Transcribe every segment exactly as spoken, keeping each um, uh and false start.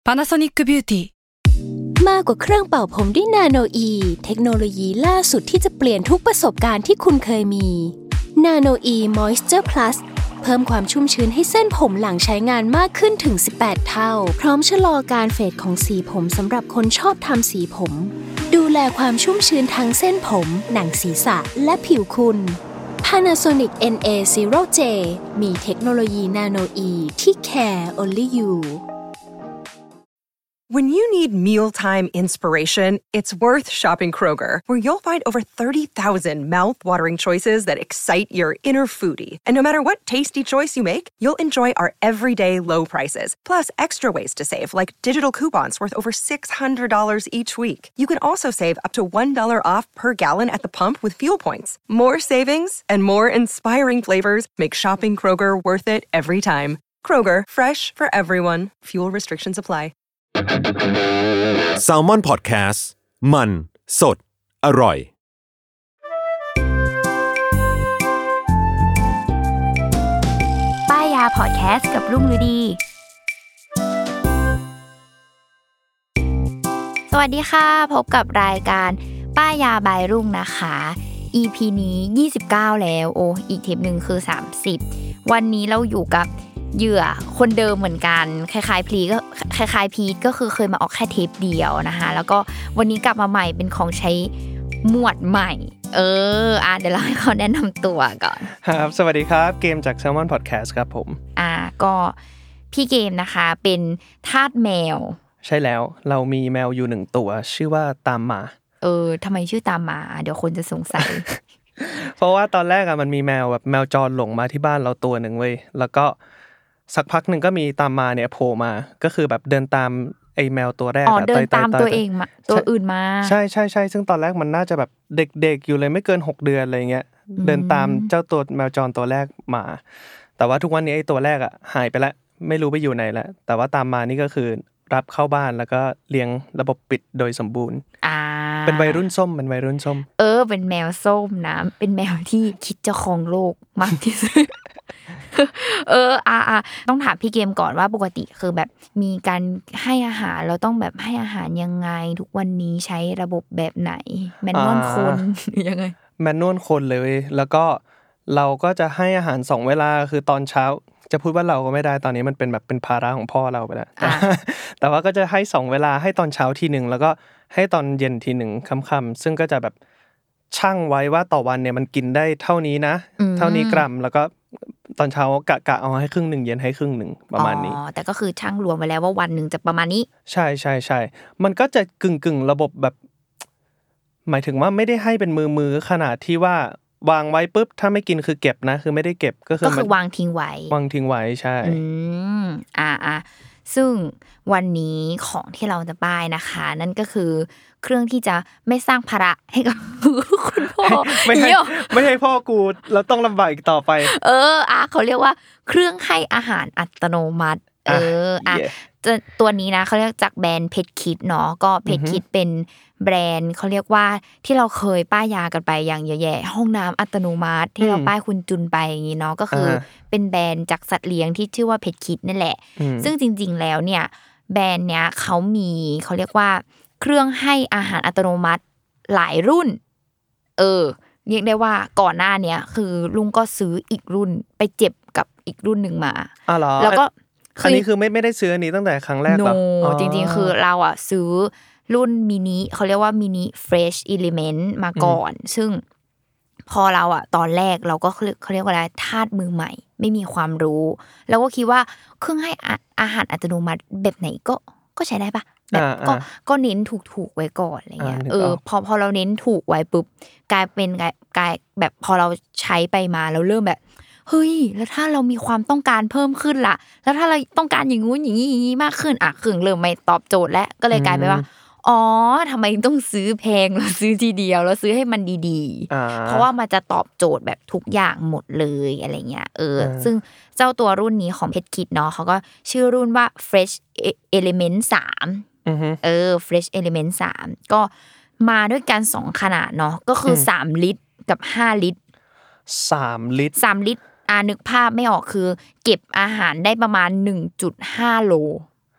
Panasonic Beauty มากกว่าเครื่องเป่าผมด้วยนาโนอีเทคโนโลยีล่าสุดที่จะเปลี่ยนทุกประสบการณ์ที่คุณเคยมีนาโนอีมอยส์เจอร์พลัสเพิ่มความชุ่มชื้นให้เส้นผมหลังใช้งานมากขึ้นถึงสิบแปดเท่าพร้อมชะลอการเฟดของสีผมสำหรับคนชอบทำสีผมดูแลความชุ่มชื้นทั้งเส้นผมหนังศีรษะและผิวคุณ Panasonic เอ็น เอ ศูนย์ เจ มีเทคโนโลยีนาโนอีที่ care only you When you need mealtime inspiration, it's worth shopping Kroger, where you'll find over thirty thousand mouth-watering choices that excite your inner foodie. And no matter what tasty choice you make, you'll enjoy our everyday low prices, plus extra ways to save, like digital coupons worth over six hundred dollars each week. You can also save up to one dollar off per gallon at the pump with fuel points. More savings and more inspiring flavors make shopping Kroger worth it every time. Kroger, fresh for everyone. Fuel restrictions apply. Salmon Podcast มันสดอร่อยป้ายยาพอดแคสต์กับรุ่งฤดีสวัสดีค่ะพบกับรายการป้ายยาบายรุ่งนะคะ อี พี นี้ยี่สิบเก้าแล้วโอ้อีกเทปนึงคือสามสิบวันนี้เราอยู่กับเหยื่อคนเดิมเหมือนกันคล้ายๆพีก็คล้ายๆพีทก็คือเคยมาออกแค่เทปเดียวนะคะแล้วก็วันนี้กลับมาใหม่เป็นของใช้หมวดใหม่เอออ่ะเดี๋ยวเราให้เขาแนะนำตัวก่อนครับสวัสดีครับเกมจาก Salmon Podcast ครับผมอ่าก็พี่เกมนะคะเป็นทาสแมวใช่แล้วเรามีแมวอยู่หนึ่งตัวชื่อว่าตามมาเออทำไมชื่อตามมาเดี๋ยวคนจะสงสัยเพราะว่าตอนแรกอ่ะมันมีแมวแบบแมวจรหลงมาที่บ้านเราตัวนึงเว้ยแล้วก็สักพักนึงก็มีตามมาเนี่ยโผล่มาก็คือแบบเดินตามไอ้แมวตัวแรกอ๋อเดินตามตัวเองมาตัวอื่นมาใช่ๆๆซึ่งตอนแรกมันน่าจะแบบเด็กๆอยู่เลยไม่เกินหกเดือนอะไรเงี้ยเดินตามเจ้าตัวแมวจรตัวแรกมาแต่ว่าทุกวันนี้ไอ้ตัวแรกอ่ะหายไปแล้วไม่รู้ไปอยู่ไหนแล้วแต่ว่าตามมานี่ก็คือรับเข้าบ้านแล้วก็เลี้ยงระบบปิดโดยสมบูรณ์อ่าเป็นวัยรุ่นส้มเป็นวัยรุ่นส้มเออเป็นแมวส้มนะเป็นแมวที่คิดจะครองโลกมากที่สุดเอออ่ะๆต้องถามพี่เกมก่อนว่าปกติคือแบบมีการให้อาหารเราต้องแบบให้อาหารยังไงทุกวันนี้ใช้ระบบแบบไหนแมนนวลคนหรือยังไงแมนนวลคนเลยแล้วก็เราก็จะให้อาหารสองเวลาคือตอนเช้าจะพูดว่าเราก็ไม่ได้ตอนนี้มันเป็นแบบเป็นภาระของพ่อเราไปแล้วแต่ว่าก็จะให้สองเวลาให้ตอนเช้าทีนึงแล้วก็ให้ตอนเย็นทีนึงค่ำๆซึ่งก็จะแบบชั่งไว้ว่าต่อวันเนี่ยมันกินได้เท่านี้นะเท่านี้กรัมแล้วก็ตอนเช้ากะกะเอาให้ครึ่งนึงเย็นให้ครึ่งนึงประมาณนี้อ๋อแต่ก็คือชั่งรวมไว้แล้วว่าวันนึงจะประมาณนี้ใช่ๆๆมันก็จะกึ่งๆระบบแบบหมายถึงว่าไม่ได้ให้เป็นมือๆขนาดที่ว่าวางไว้ปุ๊บถ้าไม่กินคือเก็บนะคือไม่ได้เก็บก็คือก็คือวางทิ้งไว้วางทิ้งไว้ใช่อืมอ่าๆซึ่งวันนี้ของที่เราจะป้ายนะคะนั่นก็คือเครื่องที่จะไม่สร้างภาระให้กับคุณพ่อไม่ให้ไม่ให้พ่อกูเราต้องลำบากอีกต่อไปเอออ่ะเขาเรียกว่าเครื่องให้อาหารอัตโนมัติเอออ่ะตัวนี้นะเขาเรียกจากแบรนด์ Pet Kit เนาะก็ Pet Kit เป็นแบรนด์เขาเรียกว่าที่เราเคยป้ายยากันไปอย่างแย่ๆห้องน้ำอัตโนมัติที่เราป้ายคุณจุนไปอย่างงี้เนาะก็คือเป็นแบรนด์จากสัตว์เลี้ยงที่ชื่อว่า Pet Kit นั่นแหละซึ่งจริงๆแล้วเนี่ยแบรนด์เนี้ยเขามีเขาเรียกว่าเครื่องให้อาหารอัตโนมัติหลายรุ่นเออเรียกได้ว่าก่อนหน้าเนี้ยคือลุงก็ซื้ออีกรุ่นไปเจ็บกับอีกรุ่นนึงมาอ๋อเหรอแล้วก็อันนี้คือไม่ไม่ได้ซื้ออันนี้ตั้งแต่ครั้งแรกหรออ๋อจริงๆคือเราอ่ะซื้อรุ่นมินิเขาเรียกว่ามินิ Fresh Element มาก่อนซึ่งพอเราอ่ะตอนแรกเราก็เขาเรียกว่าอะไรทาสมือใหม่ไม่มีความรู้แล้วก็คิดว่าเครื่องให้อาหารอัตโนมัติแบบไหนก็ก็ใช้ได้ปะแบบก็ก็เน้นถูกๆไว้ก่อนอะไรเงี้ยเออพอพอเราเน้นถูกไว้ปุ๊บกลายเป็นกลายแบบพอเราใช้ไปมาเราเริ่มแบบเฮ้ยแล้วถ้าเรามีความต้องการเพิ่มขึ้นล่ะแล้วถ้าเราต้องการอย่างงู้นอย่างนี้อย่างนี้มากขึ้นอ่ะเครื่องเริ่มไม่ตอบโจทย์แล้วก็เลยกลายเป็นว่าอ๋อทำไมต้องซื้อแพงเราซื้อทีเดียวแล้วซื้อให้มันดีๆเพราะว่ามันจะตอบโจทย์แบบทุกอย่างหมดเลยอะไรเงี้ยเออซึ่งเจ้าตัวรุ่นนี้ของ Pet Kit เนาะเขาก็ชื่อรุ่นว่า Fresh Element สามเออ Fresh Element สามก็มาด้วยกันสองขนาดเนาะก็คือสามลิตรกับห้าลิตรสามลิตรสามลิตรอ่านึกภาพไม่ออกคือเก็บอาหารได้ประมาณ หนึ่งจุดห้า โล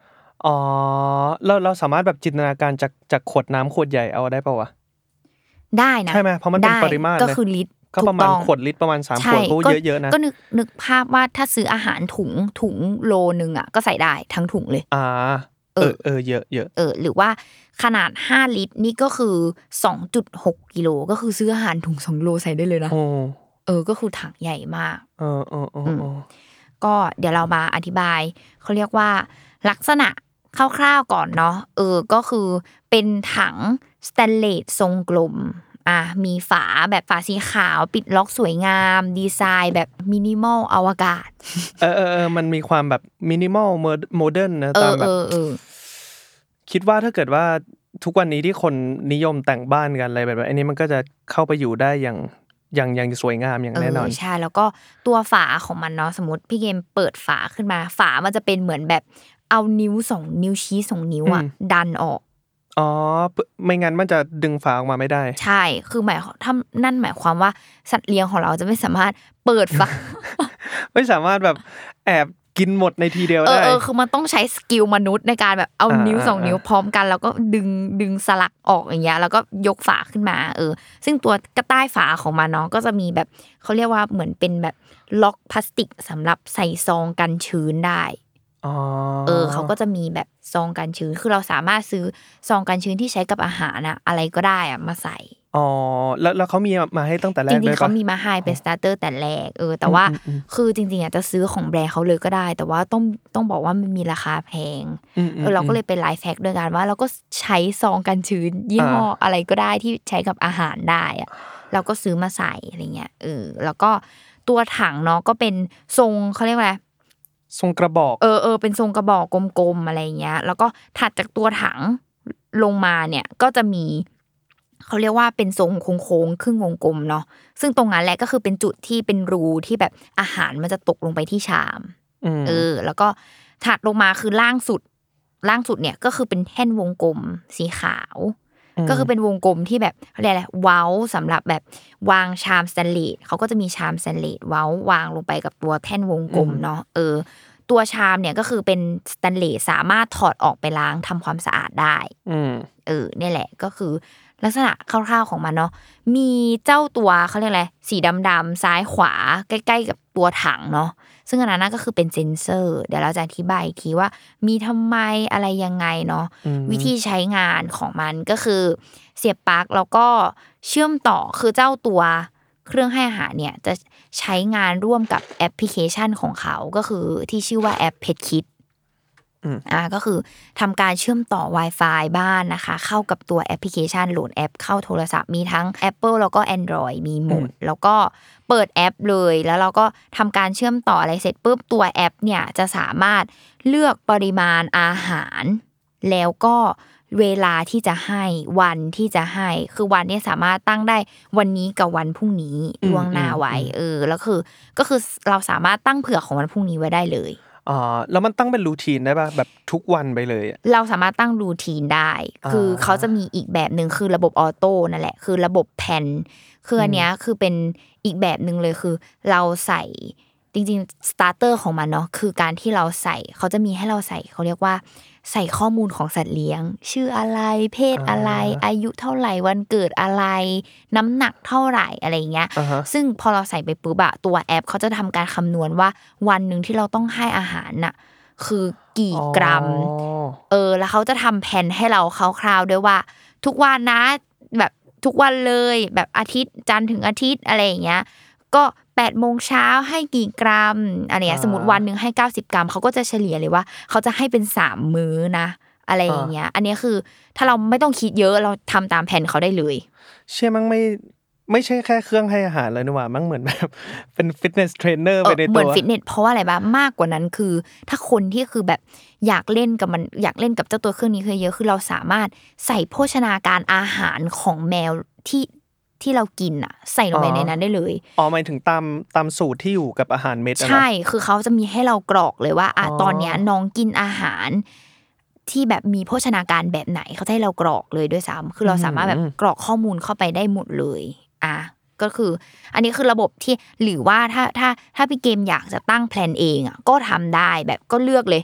อ๋อเราเราสามารถแบบจินตนาการจากจากขวดน้ำขวดใหญ่เอาได้ป่าววะได้นะใช่ไหมเพราะมันเป็นปริมาตรก็คือลิตรก็ประมาณขวดลิตรประมาณสามขวดก็เยอะๆนะก็นึกนึกภาพว่าถ้าซื้ออาหารถุงถุงโลนึงอ่ะก็ใส่ได้ทั้งถุงเลยอ่าเออเออเยอะๆเออหรือว่าขนาดห้าลิตรนี่ก็คือ สองจุดหก กิโลก็คือซื้ออาหารถุงสองโลใส่ได้เลยนะเออก็คือถังใหญ่มากเออๆๆๆก็เดี๋ยวเรามาอธิบายเขาเรียกว่าลักษณะคร่าวๆก่อนเนาะเออก็คือเป็นถังสแตนเลสทรงกลมอ่ะมีฝาแบบฝาสีขาวปิดล็อกสวยงามดีไซน์แบบมินิมอลอวกาศเออๆๆมันมีความแบบมินิมอลโมเดิร์นนะตามแบบคิดว่าถ้าเกิดว่าทุกวันนี้ที่คนนิยมแต่งบ้านกันอะไรแบบอันนี้มันก็จะเข้าไปอยู่ได้อย่างอย่างอย่างสวยงามอย่างแน่นอนใช่แล้วก็ตัวฝาของมันเนาะสมมุติพี่เกมเปิดฝาขึ้นมาฝามันจะเป็นเหมือนแบบเอานิ้วสองนิ้วชี้สองนิ้วอ่ะดันออกอ๋อไม่งั้นมันจะดึงฝาออกมาไม่ได้ใช่คือหมายถ้านั่นหมายความว่าสัตว์เลี้ยงของเราจะไม่สามารถเปิดฝาไม่สามารถแบบแอบกินหมดในทีเดียวได้เออๆคือมันต้องใช้สกิลมนุษย์ในการแบบเอานิ้วสองนิ้วพร้อมกันแล้วก็ดึงดึงสลักออกอย่างเงี้ยแล้วก็ยกฝาขึ้นมาเออซึ่งตัวกระต้ายฝาของมันเนาะก็จะมีแบบเขาเรียกว่าเหมือนเป็นแบบล็อกพลาสติกสำหรับใส่ซองกันชื้นได้อ๋อเออเขาก็จะมีแบบซองกันชื้นคือเราสามารถซื้อซองกันชื้นที่ใช้กับอาหารน่ะอะไรก็ได้อ่ะมาใส่อ๋อแล้วแล้วเขามีมาให้ตั้งแต่แรกจริงๆเขามีมาให้เป็นสตาร์เตอร์แต่แรกเออแต่ว่าคือจริงๆอ่ะจะซื้อของแบรนด์เขาเลยก็ได้แต่ว่าต้องต้องบอกว่ามันมีราคาแพงเออเราก็เลยเป็นไลฟ์แฮกด้วยกันว่าเราก็ใช้ซองกันชื้นยี่ห้ออะไรก็ได้ที่ใช้กับอาหารได้อ่ะเราก็ซื้อมาใส่อะไรเงี้ยเออแล้วก็ตัวถังเนาะก็เป็นทรงเขาเรียกว่าอะไรทรงกระบอกเออเออเป็นทรงกระบอกกลมๆอะไรเงี้ยแล้วก็ถัดจากตัวถังลงมาเนี่ยก็จะมีเขาเรียกว่าเป็นทรงโค้งๆครึ่งวงกลมเนาะซึ่งตรงนั้นแหละก็คือเป็นจุดที่เป็นรูที่แบบอาหารมันจะตกลงไปที่ชามเออแล้วก็ถัดลงมาคือล่างสุดล่างสุดเนี่ยก็คือเป็นแท่นวงกลมสีขาวก็คือเป็นวงกลมที่แบบเรียกอะไรเว้าสำหรับแบบวางชามสแตนเลสเขาก็จะมีชามสแตนเลสเว้าวางลงไปกับตัวแท่นวงกลมเนาะเออตัวชามเนี่ยก็คือเป็นสแตนเลสสามารถถอดออกไปล้างทำความสะอาดได้เออนี่แหละก็คือลักษณะคร่าวๆของมันเนาะมีเจ้าตัวเขาเรียกอะไรสีดำๆซ้ายขวาใกล้ๆกับตัวถังเนาะซึ่งอันนั้นก็คือเป็นเซ็นเซอร์เดี๋ยวเราจะอธิบายอีกทีว่ามีทำไมอะไรยังไงเนาะวิธีใช้งานของมันก็คือเสียบปลั๊กแล้วก็เชื่อมต่อคือเจ้าตัวเครื่องให้อาหารเนี่ยจะใช้งานร่วมกับแอปพลิเคชันของเขาก็คือที่ชื่อว่าแอป PetKitอ่าก็คือทำการเชื่อมต่อ Wi-Fi บ้านนะคะเข้ากับตัวแอปพลิเคชันโหลดแอปเข้าโทรศัพท์มีทั้ง Apple แล้วก็ Android มีหมดแล้วก็เปิดแอปเลยแล้วเราก็ทำการเชื่อมต่ออะไรเสร็จปุ๊บตัวแอปเนี่ยจะสามารถเลือกปริมาณอาหารแล้วก็เวลาที่จะให้วันที่จะให้คือวันนี้สามารถตั้งได้วันนี้กับวันพรุ่งนี้ล่วงหน้าไว้เออแล้วคือก็คือเราสามารถตั้งเผื่อของวันพรุ่งนี้ไว้ได้เลยอ๋อแล้วมันตั้งเป็นรูทีนได้ป่ะแบบทุกวันไปเลยเราสามารถตั้งรูทีนได้คือเขาจะมีอีกแบบนึงคือระบบออโต้นั่นแหละคือระบบแผ่นคืออันเนี้ยคือเป็นอีกแบบนึงเลยคือเราใส่จริงๆสตาร์เตอร์ของมันเนาะคือการที่เราใส่เขาจะมีให้เราใส่เขาเรียกว่าใส่ข้อมูลของสัตว์เลี้ยงชื่ออะไรเพศอะไรอายุเท่าไหร่วันเกิดอะไรน้ำหนักเท่าไหร่อะไรเงี้ย uh-huh. ซึ่งพอเราใส่ไปปุ๊บอะตัวแอปเขาจะทำการคำนวณว่าวันนึงที่เราต้องให้อาหารน่ะคือกี่กรัม oh. เออแล้วเขาจะทำแผนให้เราคร่าวๆด้วยว่าทุกวันนะแบบทุกวันเลยแบบอาทิตย์จันทร์ถึงอาทิตย์อะไรอย่างเงี้ยก็แปดโมงเช้าให้กี่กรัมอะไรเงี้ยสมมุติวันนึงให้เก้าสิบกรัมเขาก็จะเฉลี่ยเลยว่าเขาจะให้เป็นสามมื้อนะอะไรอย่างเงี้ยอันนี้คือถ้าเราไม่ต้องคิดเยอะเราทำตามแผนเขาได้เลยเชื่อมั้งไม่ไม่ใช่แค่เครื่องให้อาหารเลยนี่หว่ามั้งเหมือนแบบเป็นฟิตเนสเทรนเนอร์ไปในตัวเหมือนฟิตเนสเพราะว่าอะไรบ้างมากกว่านั้นคือถ้าคนที่คือแบบอยากเล่นกับมันอยากเล่นกับเจ้าตัวเครื่องนี้คือเยอะคือเราสามารถใส่โภชนาการอาหารของแมวที่ที่เรากินอ่ะใส่ลงไปในนั้นได้เลยอ๋อหมายถึงตามตามสูตรที่อยู่กับอาหารเม็ดใช่คือเขาจะมีให้เรากรอกเลยว่าอ่ะตอนเนี้ยน้องกินอาหารที่แบบมีโภชนาการแบบไหนเขาให้เรากรอกเลยด้วยซ้ำคือเราสามารถแบบกรอกข้อมูลเข้าไปได้หมดเลยอ่ะก็คืออันนี้คือระบบที่หรือว่าถ้าถ้าถ้าพี่เกมอยากจะตั้งแพลนเองอ่ะก็ทำได้แบบก็เลือกเลย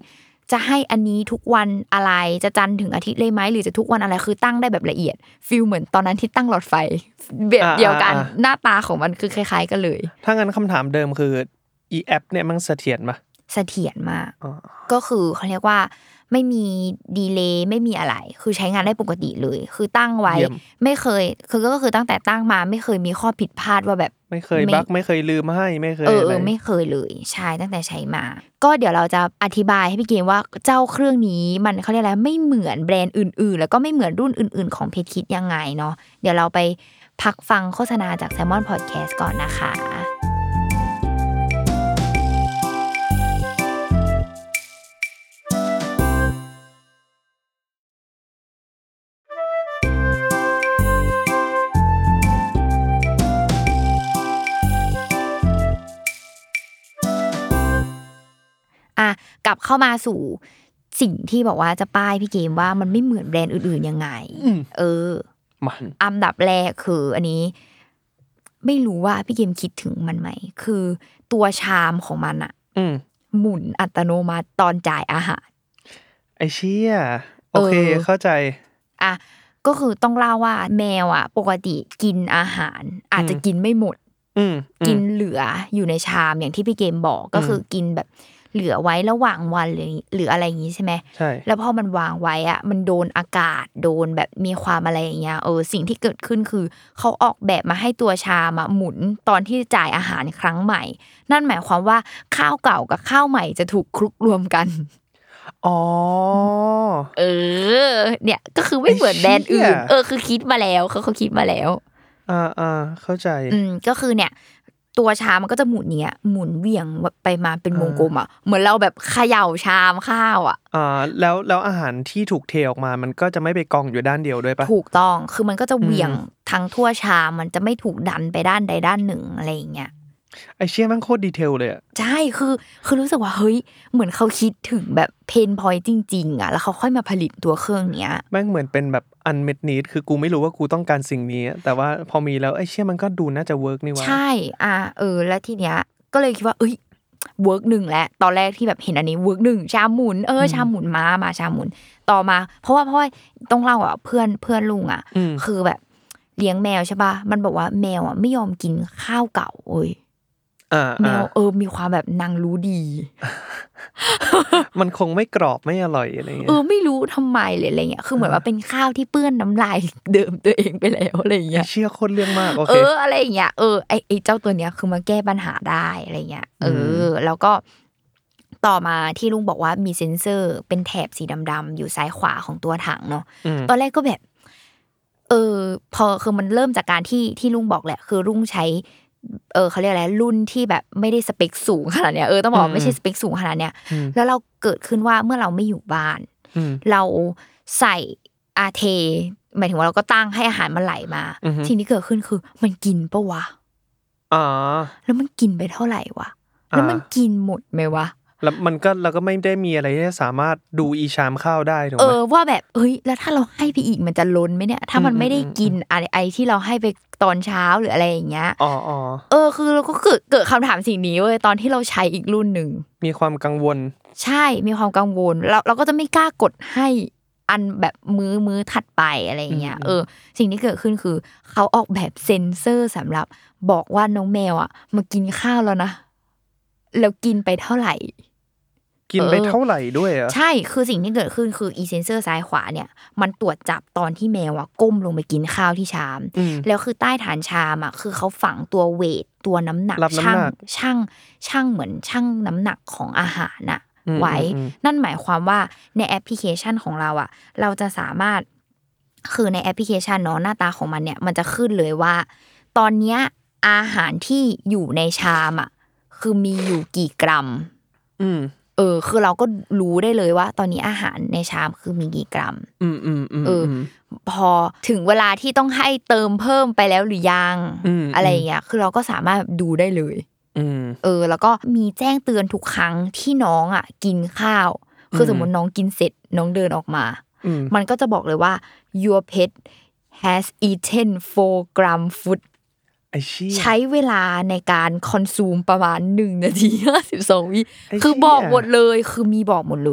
จะให้อันนี้ทุกวันอะไรจะจันทร์ถึงอาทิตย์เลยไหมหรือจะทุกวันอะไรคือตั้งได้แบบละเอียดฟีลเหมือนตอนนั้นที่ตั้งหลอดไฟแบบเดียวกันหน้าตาของมันคือคล้ายๆกันเลยถ้างั้นคำถามเดิมคืออีแอปเนี่ยมันเสถียรป่ะเสถียรมากก็คือเขาเรียกว่าไม่มีดีเลย์ไม่มีอะไรคือใช้งานได้ปกติเลยคือตั้งไว้ไม่เคยคือก็คือตั้งแต่ตั้งมาไม่เคยมีข้อผิดพลาดว่าแบบไม่เคยบั๊กไม่เคยลืมให้ไม่เคยเออไม่เคยเลยใช่ตั้งแต่ใช้มาก็เดี๋ยวเราจะอธิบายให้พี่เกมว่าเจ้าเครื่องนี้มันเขาเรียกอะไรไม่เหมือนแบรนด์อื่นๆแล้วก็ไม่เหมือนรุ่นอื่นๆของเพจคิดยังไงเนาะเดี๋ยวเราไปพักฟังโฆษณาจาก Salmon Podcast ก่อนนะคะอ่ะกลับเข้ามาสู่สิ่งที่บอกว่าจะป้ายพี่เกมว่ามันไม่เหมือนแบรนด์อื่นๆยังไงเออมันอันดับแรกคืออันนี้ไม่รู้ว่าพี่เกมคิดถึงมันไหมคือตัวชามของมันอ่ะหมุนอัตโนมัติตอนจ่ายอาหารไอ้เชี่ยโอเคเข้าใจอ่ะก็คือต้องเล่าว่าแมวอ่ะปกติกินอาหารอาจจะกินไม่หมดกินเหลืออยู่ในชามอย่างที่พี่เกมบอกก็คือกินแบบเหลือไว้ระหว่างวันหรือหรืออะไรอย่างงี้ใช่ไหมใช่แล้วพอมันวางไว้อะมันโดนอากาศโดนแบบมีความอะไรอย่างเงี้ยเออสิ่งที่เกิดขึ้นคือเขาออกแบบมาให้ตัวชามอะหมุนตอนที่จ่ายอาหารครั้งใหม่นั่นหมายความว่าข้าวเก่ากับข้าวใหม่จะถูกคลุกรวมกันอ๋อเออเนี่ยก็คือไม่เหมือนแบรนด์อื่นเออคือคิดมาแล้วเขาเขาคิดมาแล้วอ่าอ่าเข้าใจอืมก็คือเนี่ยตัวชามมันก็จะหมุนเนี้ยหมุนเวียงไปมาเป็นวงกลมอ่ะเหมือนเราแบบเขย่าชามข้าวอ่ะอ่าแล้วแล้วอาหารที่ถูกเทออกมามันก็จะไม่ไปกองอยู่ด้านเดียวด้วยป่ะถูกต้องคือมันก็จะเวียงทั้งทั่วชามมันจะไม่ถูกดันไปด้านใดด้านหนึ่งอะไรอย่างเงี้ยไอเชี่ยมันโคตรดีเทลเลยอ่ะใช่คือคือรู้สึกว่าเฮ้ยเหมือนเขาคิดถึงแบบเพนพอยต์จริงๆอ่ะแล้วเขาค่อยมาผลิตตัวเครื่องเนี้ยแม่งเหมือนเป็นแบบ unmet need คือกูไม่รู้ว่ากูต้องการสิ่งนี้แต่ว่าพอมีแล้วไอเชี่ยมันก็ดูน่าจะเวิร์กนี่วะใช่อ่ะเออแล้วทีเนี้ยก็เลยคิดว่าเอ้ยเวิร์กหนึ่งแล้วตอนแรกที่แบบเห็นอันนี้เวิร์กหนึ่งชามหมุนเออชามหมุนมามาชามหมุนต่อมาเพราะว่าเพราะว่าต้องเล่าอ่ะเพื่อนเพื่อนลุงอ่ะคือแบบเลี้ยงแมวใช่ป่ะมันบอกว่าแมวอ่ะไม่ยอมกินข้าวเก่าเว้ยแมวเออมีความแบบนางรู้ดีมันคงไม่กรอบไม่อร่อยอะไรเงี้ยเออไม่รู้ทำไมเลยอะไรเงี้ยคือเหมือนว่าเป็นข้าวที่เปื้อนน้ำลายเดิมตัวเองไปแล้วอะไรเงี้ยเชี่ยคนเรื่องมากโอเคเอออะไรอย่างเงี้ยเออไอไอเจ้าตัวเนี้ยคือมาแก้ปัญหาได้อะไรเงี้ยเออแล้วก็ต่อมาที่ลุงบอกว่ามีเซ็นเซอร์เป็นแถบสีดำๆอยู่ซ้ายขวาของตัวถังเนาะตอนแรกก็แบบเออพอคือมันเริ่มจากการที่ที่ลุงบอกแหละคือลุงใช้เออเขาเรียกอะไรรุ่นที่แบบไม่ได้สเปคสูงขนาดเนี้ยเออต้องบอกไม่ใช่สเปคสูงขนาดเนี้ยแล้วเราเกิดขึ้นว่าเมื่อเราไม่อยู่บ้านเราใส่อาเทหมายถึงว่าเราก็ตั้งให้อาหารมันไหลมาทีนี้เกิดขึ้นคือมันกินปะวะอ๋อแล้วมันกินไปเท่าไหร่วะแล้วมันกินหมดไหมวะแล้วมันก็เราก็ไม่ได้มีอะไรที่สามารถดูอีชามข้าวได้ถูกไหมเออว่าแบบเฮ้ยแล้วถ้าเราให้ไปอีกมันจะล้นไหมเนี่ยถ้ามันไม่ได้กินอะไรไอที่เราให้ไปตอนเช้าหรืออะไรอย่างเงี้ยอ๋ออ๋อเออคือเราก็เกิดเกิดคำถามสิ่งนี้เว้ยตอนที่เราใช้อีกรุ่นหนึ่งมีความกังวลใช่มีความกังวลเราเราก็จะไม่กล้ากดให้อันแบบมื้อมื้อถัดไปอะไรอย่างเงี้ยเออสิ่งที่เกิดขึ้นคือเขาออกแบบเซ็นเซอร์สำหรับบอกว่าน้องแมวอ่ะมากินข้าวแล้วนะแล้วกินไปเท่าไหร่กินไปเท่าไหร่ด้วยอ่ะใช่คือสิ่งที่เกิดขึ้นคืออีเซนเซอร์ซ้ายขวาเนี่ยมันตรวจจับตอนที่แมวอ่ะก้มลงไปกินข้าวที่ชามแล้วคือใต้ฐานชามอ่ะคือเขาฝังตัวเวทตัวน้ำหนักช่างช่างช่างเหมือนช่างน้ำหนักของอาหารน่ะไว้นั่นหมายความว่าในแอปพลิเคชันของเราอ่ะเราจะสามารถคือในแอปพลิเคชันเนาะหน้าตาของมันเนี่ยมันจะขึ้นเลยว่าตอนเนี้ยอาหารที่อยู่ในชามอ่ะคือมีอยู่กี่กรัมอืมเออคือเราก็รู้ได้เลยว่าตอนนี้อาหารในชามคือมีกี่กรัมอืมอืมอืมเออพอถึงเวลาที่ต้องให้เติมเพิ่มไปแล้วหรือยังอะไรอย่างเงี้ยคือเราก็สามารถดูได้เลยเออแล้วก็มีแจ้งเตือนทุกครั้งที่น้องอ่ะกินข้าวคือสมมติน้องกินเสร็จน้องเดินออกมามันก็จะบอกเลยว่า your pet has eaten four gram foodใช้เวลาในการคอนซูมประมาณหนึ่งนาทีห้าสิบสองวิคือบอกหมดเลยคือมีบอกหมดเลย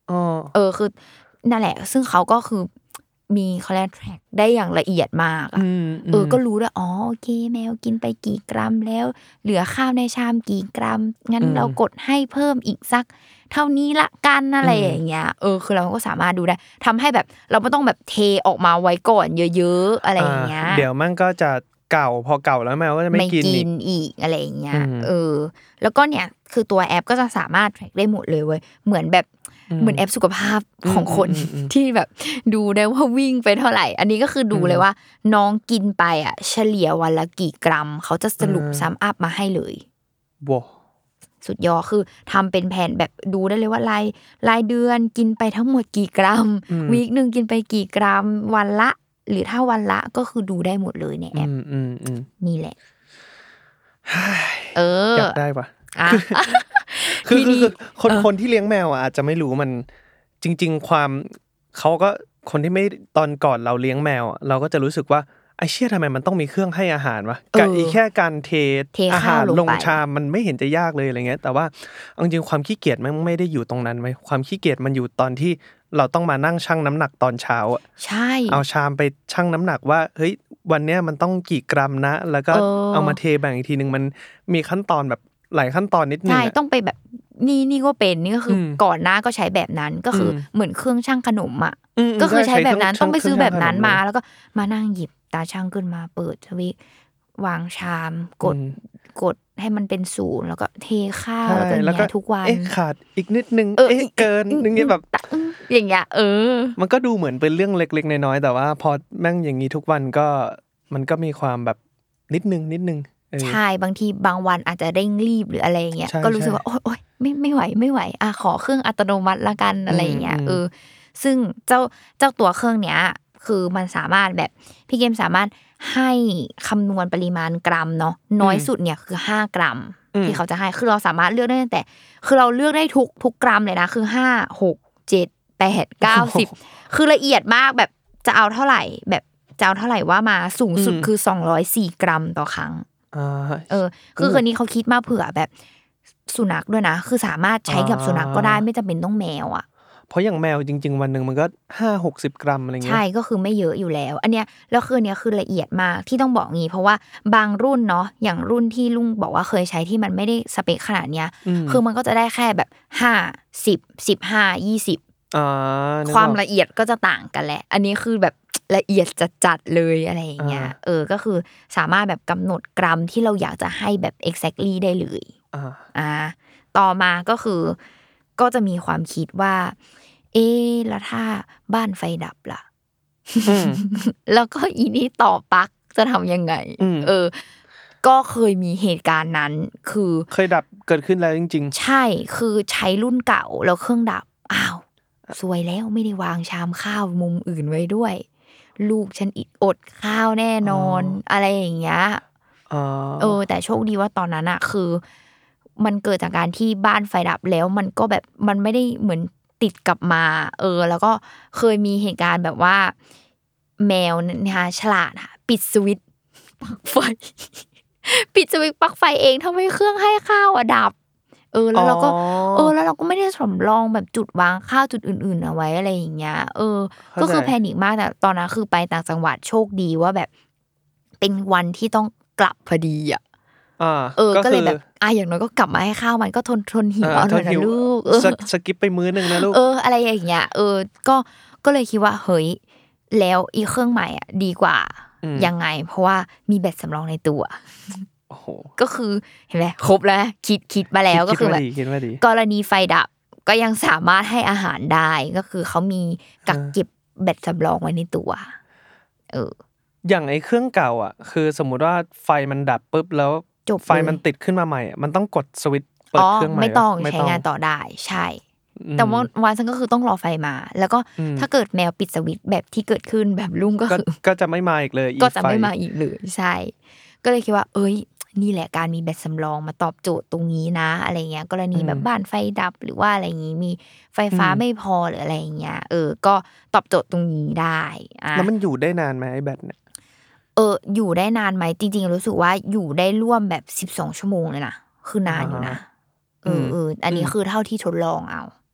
อ๋อเออคือนั่นแหละซึ่งเขาก็คือมีเขาเรียกแทร็กได้อย่างละเอียดมากอ่ะเออก็รู้ด้วยอ๋อโอเคแมวกินไปกี่กรัมแล้วเหลือข้าวในชามกี่กรัมงั้นเรากดให้เพิ่มอีกสักเท่านี้ละกันอะไรอย่างเงี้ยเออคือเราก็สามารถดูได้ทำให้แบบเราไม่ต้องแบบเทออกมาไว้ก่อนเยอะๆอะไรอย่างเงี้ยเดี๋ยวมันก็จะเก่าพอเก่าแล้วแมวก็จะไม่กินอีกอีกอะไรอย่างเงี้ยเออแล้วก็เนี่ยคือตัวแอปก็จะสามารถแทร็กได้หมดเลยเว้ยเหมือนแบบเหมือนแอปสุขภาพของคนที่แบบดูได้ว่าวิ่งไปเท่าไหร่อันนี้ก็คือดูเลยว่าน้องกินไปอ่ะเฉลี่ยวันละกี่กรัมเขาจะสรุปซัมอัพมาให้เลยว้าสุดยอดคือทำเป็นแผนแบบดูได้เลยว่ารายรายเดือนกินไปทั้งหมดกี่กรัมวีคนึงกินไปกี่กรัมวันละหรือถ้าวันละก็คือดูได้หมดเลยในแอปนี่แหละเอออยากได้ป่ะคือคือคนคนที่เลี้ยงแมวอ่ะอาจจะไม่รู้มันจริงๆความเขาก็คนที่ไม่ตอนก่อนเราเลี้ยงแมวเราก็จะรู้สึกว่าไอ้เชี่ยทำไมมันต้องมีเครื่องให้อาหารวะกับอีแค่การเทอาหารลงชามมันไม่เห็นจะยากเลยอะไรเงี้ยแต่ว่าจริงๆความขี้เกียจมันไม่ได้อยู่ตรงนั้นไหมความขี้เกียจมันอยู่ตอนที่เราต้องมานั่งชั่งน้ำหนักตอนเช้าอ่ะใช่เอาชามไปชั่งน้ำหนักว่าเฮ้ยวันเนี้ยมันต้องกี่กรัมนะแล้วก็เอามาเทแบ่งอีกทีนึงมันมีขั้นตอนแบบหลายขั้นตอนนิดนึงใช่ต้องไปแบบนี่นี่ก็เป็นนี่ก็คือก่อนหน้าก็ใช้แบบนั้นก็คือเหมือนเครื่องชั่งขนมอ่ะก็คือใช้แบบนั้นต้องไปซื้อแบบนั้นมาแล้วก็มานั่งหยิบตาช่างขึ้นมาเปิดสวิตช์วางชามกดกดให้มันเป็นศูนย์แล้วก็เทข้าวแล้วก็อย่างเงี้ยทุกวันเอ๊ะขาดอีกนิดนึงเอ๊ะเกินนึงแบบอย่างเงี้ยเออมันก็ดูเหมือนเป็นเรื่องเล็กๆน้อยๆแต่ว่าพอแม่งอย่างงี้ทุกวันก็มันก็มีความแบบนิดนึงนิดนึงใช่บางทีบางวันอาจจะเร่งรีบหรืออะไรอย่างเงี้ยก็รู้สึกว่าโอ๊ยไม่ไม่ไหวไม่ไหวอ่ะขอเครื่องอัตโนมัติละกันอะไรอย่างเงี้ยเออซึ่งเจ้าเจ้าตัวเครื่องเนี้ยคือมันสามารถแบบพี่เกมสามารถให้คำนวณปริมาณกรัมเนาะน้อยสุดเนี่ยคือห้ากรัมที่เขาจะให้คือเราสามารถเลือกได้ตั้งแต่คือเราเลือกได้ทุกทุกกรัมเลยนะคือห้า หก เจ็ด แปด เก้า สิบคือละเอียดมากแบบจะเอาเท่าไหร่แบบจะเอาเท่าไหร่ว่ามาสูงสุดคือสองร้อยสี่กรัมต่อครั้งเออคือคนนี้เขาคิดมาเผื่อแบบสุนัขด้วยนะคือสามารถใช้กับสุนัขก็ได้ไม่จำเป็นต้องแมวอ่ะเพราะอย่างแมวจริงๆวันนึงมันก็ห้า หกสิบกรัมอะไรเงี้ยใช่ก็คือไม่เยอะอยู่แล้วอันเนี้ยแล้วคือเนี้ยคือละเอียดมากที่ต้องบอกงี้เพราะว่าบางรุ่นเนาะอย่างรุ่นที่ลุงบอกว่าเคยใช้ที่มันไม่ได้สเปคขนาดเนี้ยคือมันก็จะได้แค่แบบห้า สิบ สิบห้า ยี่สิบอ่าความละเอียดก็จะต่างกันแหละอันนี้คือแบบละเอียดจัดๆเลยอะไรอย่างเงี้ยเออก็คือสามารถแบบกำหนดกรัมที่เราอยากจะให้แบบ exactly ได้เลยอ่าอ่าต่อมาก็คือก็จะมีความคิดว่าเอ๊ะแล้วถ้าบ้านไฟดับล่ะแล้วก็อีนี่ต่อปลั๊กจะทำยังไงเออก็เคยมีเหตุการณ์นั้นคือเคยดับเกิดขึ้นแล้วจริงๆใช่คือใช้รุ่นเก่าแล้วเครื่องดับอ้าวซวยแล้วไม่ได้วางชามข้าวมุมอื่นไว้ด้วยลูกฉันอดข้าวแน่นอนอะไรอย่างเงี้ยเออแต่โชคดีว่าตอนนั้นอะคือมันเกิดจากการที่บ้านไฟดับแล้วมันก็แบบมันไม่ได้เหมือนติดกลับมาเออแล้วก็เคยมีเหตุการณ์แบบว่าแมวนะคะฉลาดค่ะปิดสวิตช์ปลั๊กไฟปิดสวิตช์ปลั๊กไฟเองทำให้เครื่องให้ข้าวอะดับเออแล้วเราก็เออแล้วเราก็ไม่ได้สำรองแบบจุดวางข้าวจุดอื่นๆเอาไว้อะไรอย่างเงี้ยเออก็คือแพนิคมากแต่ตอนนั้นคือไปต่างจังหวัดโชคดีว่าแบบเป็นวันที่ต้องกลับพอดีอ่ะเออก็เลยแบบอ่ะอย่างน้อยก็กลับมาให้ข้าวมันก็ทนทนหิวเอาหน่อยนะลูกสกิปไปมื้อนึงนะลูกเอออะไรอย่างเงี้ยเออก็ก็เลยคิดว่าเฮ้ยแล้วอีเครื่องใหม่อ่ะดีกว่ายังไงเพราะว่ามีแบตสำรองในตัวก็คือเห็นไหมครบแล้วคิดคิดมาแล้วก็คือแบบกรณีไฟดับก็ยังสามารถให้อาหารได้ก็คือเขามีกักเก็บแบตสำรองไว้ในตัวเอออย่างไอ้เครื่องเก่าอ่ะคือสมมุติว่าไฟมันดับปุ๊บแล้วไฟมันติดขึ้นมาใหม่มันต้องกดสวิตช์เปิดเครื่องใหม่ไม่ต้องใช้งานต่อได้ใช่แต่ว่าวันนั้นก็คือต้องรอไฟมาแล้วก็ถ้าเกิดแมวปิดสวิตช์แบบที่เกิดขึ้นแบบลุงก็คือก็จะไม่มาอีกเลยก็จะไม่มาอีกเลยใช่ก็เลยคิดว่าเอ้ยนี่แหละการมีแบตสำรองมาตอบโจทย์ตรงนี้นะอะไรเงี้ยกรณีแบบบ้านไฟดับหรือว่าอะไรอย่างงี้มีไฟฟ้าไม่พอหรืออะไรอย่างเงี้ยเออก็ตอบโจทย์ตรงนี้ได้อ่ะแล้วมันอยู่ได้นานไหมไอ้แบตเนี่ยเอออยู่ได้นานไหมจริงๆรู้สึกว่าอยู่ได้ร่วมแบบสิบสองชั่วโมงเลยนะคือนานอยู่นะเออเอออันนี้คือเท่าที่ทดลองเอา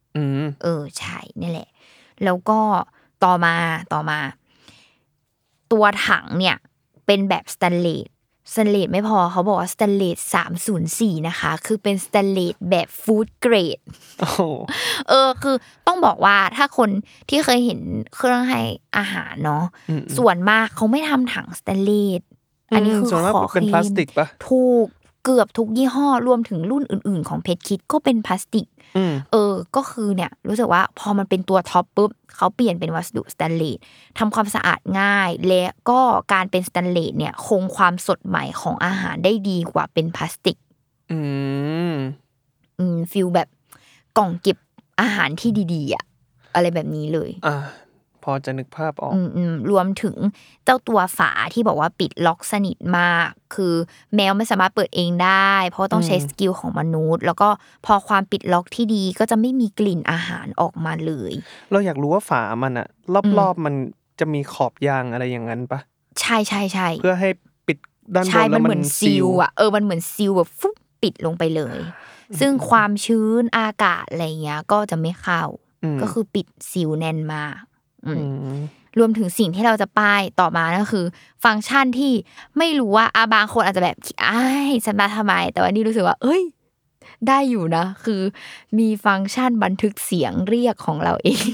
อืมเออใช่นี่แหละแล้วก็ต่อมาต่อมาตัวถังเนี่ยเป็นแบบสแตนเลสสแตนเลสไม่พอเขาบอกว่าสแตนเลสสามศูนย์สี่นะคะคือเป็นสแตนเลสแบบฟู้ดเกรดโอ้โหเออคือต้องบอกว่าถ้าคนที่เคยเห็นเครื่องให้อาหารเนาะส่วนมากเขาไม่ทำถังสแตนเลสอันนี้คือขอเป็นพลาสติกปะถูกเกือบทุกยี่ห้อรวมถึงรุ่นอื่นๆของเพชรคิดก็เป็นพลาสติกเออก็คือเนี่ยรู้สึกว่าพอมันเป็นตัวท็อปปุ๊บเขาเปลี่ยนเป็นวัสดุสแตนเลสทำความสะอาดง่ายและก็การเป็นสแตนเลสเนี่ยคงความสดใหม่ของอาหารได้ดีกว่าเป็นพลาสติกอืมอืมฟีลแบบกล่องเก็บอาหารที่ดีๆอ่ะอะไรแบบนี้เลยอ่าพอจะนึกภาพออกอืมๆรวมถึงเจ้าตัวฝาที่บอกว่าปิดล็อกสนิทมากคือแมวไม่สามารถเปิดเองได้เพราะต้องใช้สกิลของมนุษย์แล้วก็พอความปิดล็อกที่ดีก็จะไม่มีกลิ่นอาหารออกมาเลยเราอยากรู้ว่าฝามันอะรอบๆมันจะมีขอบยางอะไรอย่างนั้นปะใช่ๆๆเพื่อให้ปิดด้านบนแล้วมันซีลอ่ะเออมันเหมือนซีลแบบฟุ๊บปิดลงไปเลยซึ่งความชื้นอากาศอะไรเงี้ยก็จะไม่เข้าก็คือปิดซีลแน่นมากรวมถึงสิ่งที่เราจะป้ายต่อมาก็คือฟังก์ชันที่ไม่รู้ว่าอ่ะบางคนอาจจะแบบอ้ายฉันมาทำไมแต่ว่านี่รู้สึกว่าเอ้ยได้อยู่นะคือมีฟังก์ชันบันทึกเสียงเรียกของเราเอง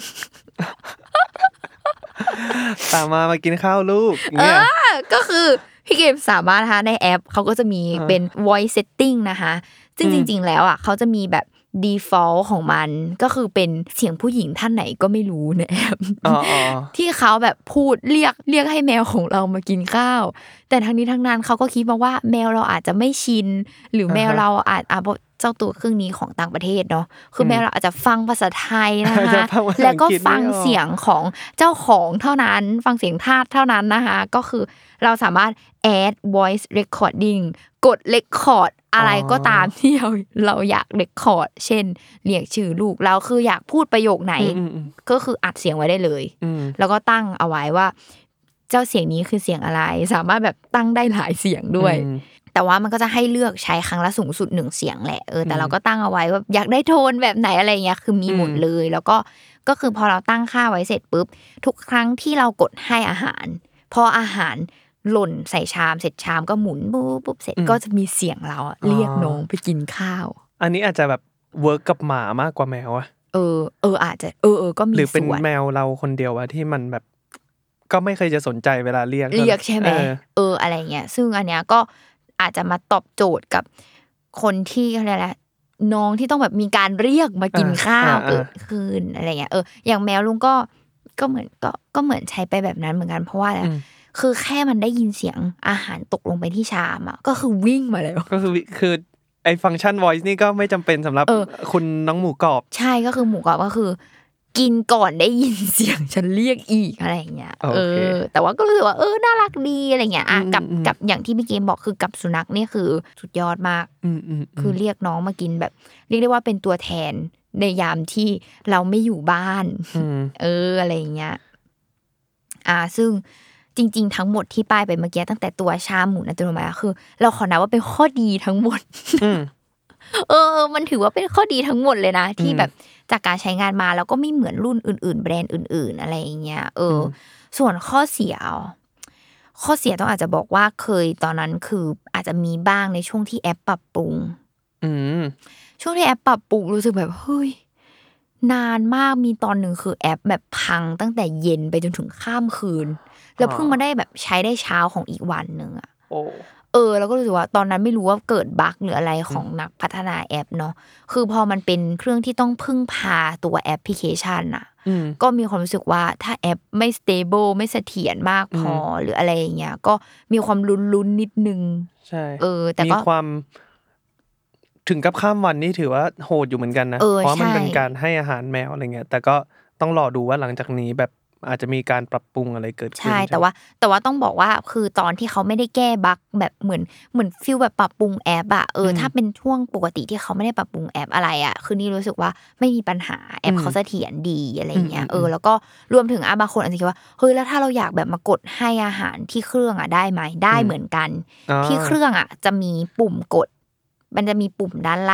ตามมามากินข้าวลูกเนี่ยก็คือพี่เกมสามารถนะคะในแอปเขาก็จะมีเป็น voice setting นะคะซึ่งจริงๆแล้วอ่ะเขาจะมีแบบdefault ของมันก็คือเป็นเสียงผู้หญิงท่านไหนก็ไม่รู้ในแอปที่เขาแบบพูดเรียกเรียกให้แมวของเรามากินข้าวแต่ทั้งนี้ทั้งนั้นเขาก็คิดมาว่าแมวเราอาจจะไม่ชินหรือแมวเราอาจอ่ะเจ้าตัวเครื่องนี้ของต่างประเทศเนาะคือแมวเราอาจจะฟังภาษาไทยนะคะแล้วก็ฟังเสียงของเจ้าของเท่านั้นฟังเสียงทาสเท่านั้นนะคะก็คือเราสามารถ add voice recording กด record อะไรก็ตามที่เราเราอยาก record เช่นเรียกชื่อลูกเราคืออยากพูดประโยคไหนก็คืออัดเสียงไว้ได้เลยแล้วก็ตั้งเอาไว้ว่าเจ้าเสียงนี้คือเสียงอะไรสามารถแบบตั้งได้หลายเสียงด้วยแต่ว่ามันก็จะให้เลือกใช้ครั้งละสูงสุดหนึ่งเสียงแหละเออแต่เราก็ตั้งเอาไว้ว่าอยากได้โทนแบบไหนอะไรเงี้ยคือมีหมดเลยแล้วก็ก็คือพอเราตั้งค่าไว้เสร็จปุ๊บทุกครั้งที่เรากดให้อาหารพออาหารหล่นใส่ชามเสร็จชามก็หมุนปุ๊บปุ๊บเสร็จก็จะมีเสียงเราเรียกน้องไปกินข้าวอันนี้อาจจะแบบเวิร์กกับหมามากกว่าแมวอะเออเอออาจจะเออเออก็มีส่วนหรือเป็นแมวเราคนเดียวอะที่มันแบบก็ไม่เคยจะสนใจเวลาเรียกเรียกใช่ไหมเอออะไรเงี้ยซึ่งอันเนี้ยก็อาจจะมาตอบโจทย์กับคนที่อะไรแหละน้องที่ต้องแบบมีการเรียกมากินข้าวเกิดขึ้นอะไรเงี้ยเอออย่างแมวลุงก็ก็เหมือนก็ก็เหมือนใช้ไปแบบนั้นเหมือนกันเพราะว่าคือแค่มันได้ยินเสียงอาหารตกลงไปที่ชามอ่ะก็คือวิ่งมาแล้วก็คือคือไอ้ฟังก์ชัน voice นี่ก็ไม่จำเป็นสำหรับคุณน้องหมูกรอบใช่ก็คือหมูกรอบก็คือกินก่อนได้ยินเสียงฉันเรียกอีกอะไรอย่างเงี้ยเออแต่ว่าก็รู้สึกว่าเออน่ารักดีอะไรเงี้ยอ่ะกับกับอย่างที่พี่เกมบอกคือกับสุนัขนี่คือสุดยอดมากคือเรียกน้องมากินแบบเรียกได้ว่าเป็นตัวแทนในยามที่เราไม่อยู่บ้านเอออะไรอย่างเงี้ยอ่าซึ่งจริงๆทั้งหมดที่ป้ายไปเมื่อกี้ตั้งแต่ตัวชามหมุนอัตโนมัติคือเราขอนับว่าเป็นข้อดีทั้งหมดเออมันถือว่าเป็นข้อดีทั้งหมดเลยนะที่แบบจากการใช้งานมาแล้วก็ไม่เหมือนรุ่นอื่นๆแบรนด์อื่นๆอะไรอย่างเงี้ยเออส่วนข้อเสียข้อเสียต้องอาจจะบอกว่าเคยตอนนั้นคืออาจจะมีบ้างในช่วงที่แอปปรับปรุงช่วงที่แอปปรับปรุงรู้สึกแบบเฮ้ยนานมากมีตอนหนึ่งคือแอปแบบพังตั้งแต่เย็นไปจนถึงข้ามคืนแล้วเพิ่งมาได้แบบใช้ได้เช้าของอีกวันนึงอ่ะเออแล้วก็รู้สึกว่าตอนนั้นไม่รู้ว่าเกิดบั๊กหรืออะไรของนักพัฒนาแอปเนาะคือพอมันเป็นเครื่องที่ต้องพึ่งพาตัวแอปพลิเคชันน่ะก็มีความรู้สึกว่าถ้าแอปไม่ stable ไม่เสถียรมากพอหรืออะไรอย่างเงี้ยก็มีความลุ้นๆนิดนึงใช่เออแต่ก็มีความถึงกับข้ามวันนี่ถือว่าโหดอยู่เหมือนกันนะเพราะมันเป็นการให้อาหารแมวอะไรเงี้ยแต่ก็ต้องรอดูว่าหลังจากนี้แบบอาจจะมีการปรับปรุงอะไรเกิดขึ้นใช่แต่ว่าแต่ว่าต้องบอกว่าคือตอนที่เขาไม่ได้แก้บั๊กแบบเหมือนเหมือนฟีลแบบปรับปรุงแอปอะเออถ้าเป็นช่วงปกติที่เขาไม่ได้ปรับปรุงแอปอะไรอะคือนี่รู้สึกว่าไม่มีปัญหาแอปเขาเสถียรดีอะไรเงี้ยเออแล้วก็รวมถึงอ่ะบางคนอาจจะคิดว่าเฮ้ยแล้วถ้าเราอยากแบบมากดให้อาหารที่เครื่องอะได้ไหมได้เหมือนกันที่เครื่องอะจะมีปุ่มกดมันจะมีปุ่มด้านล่าง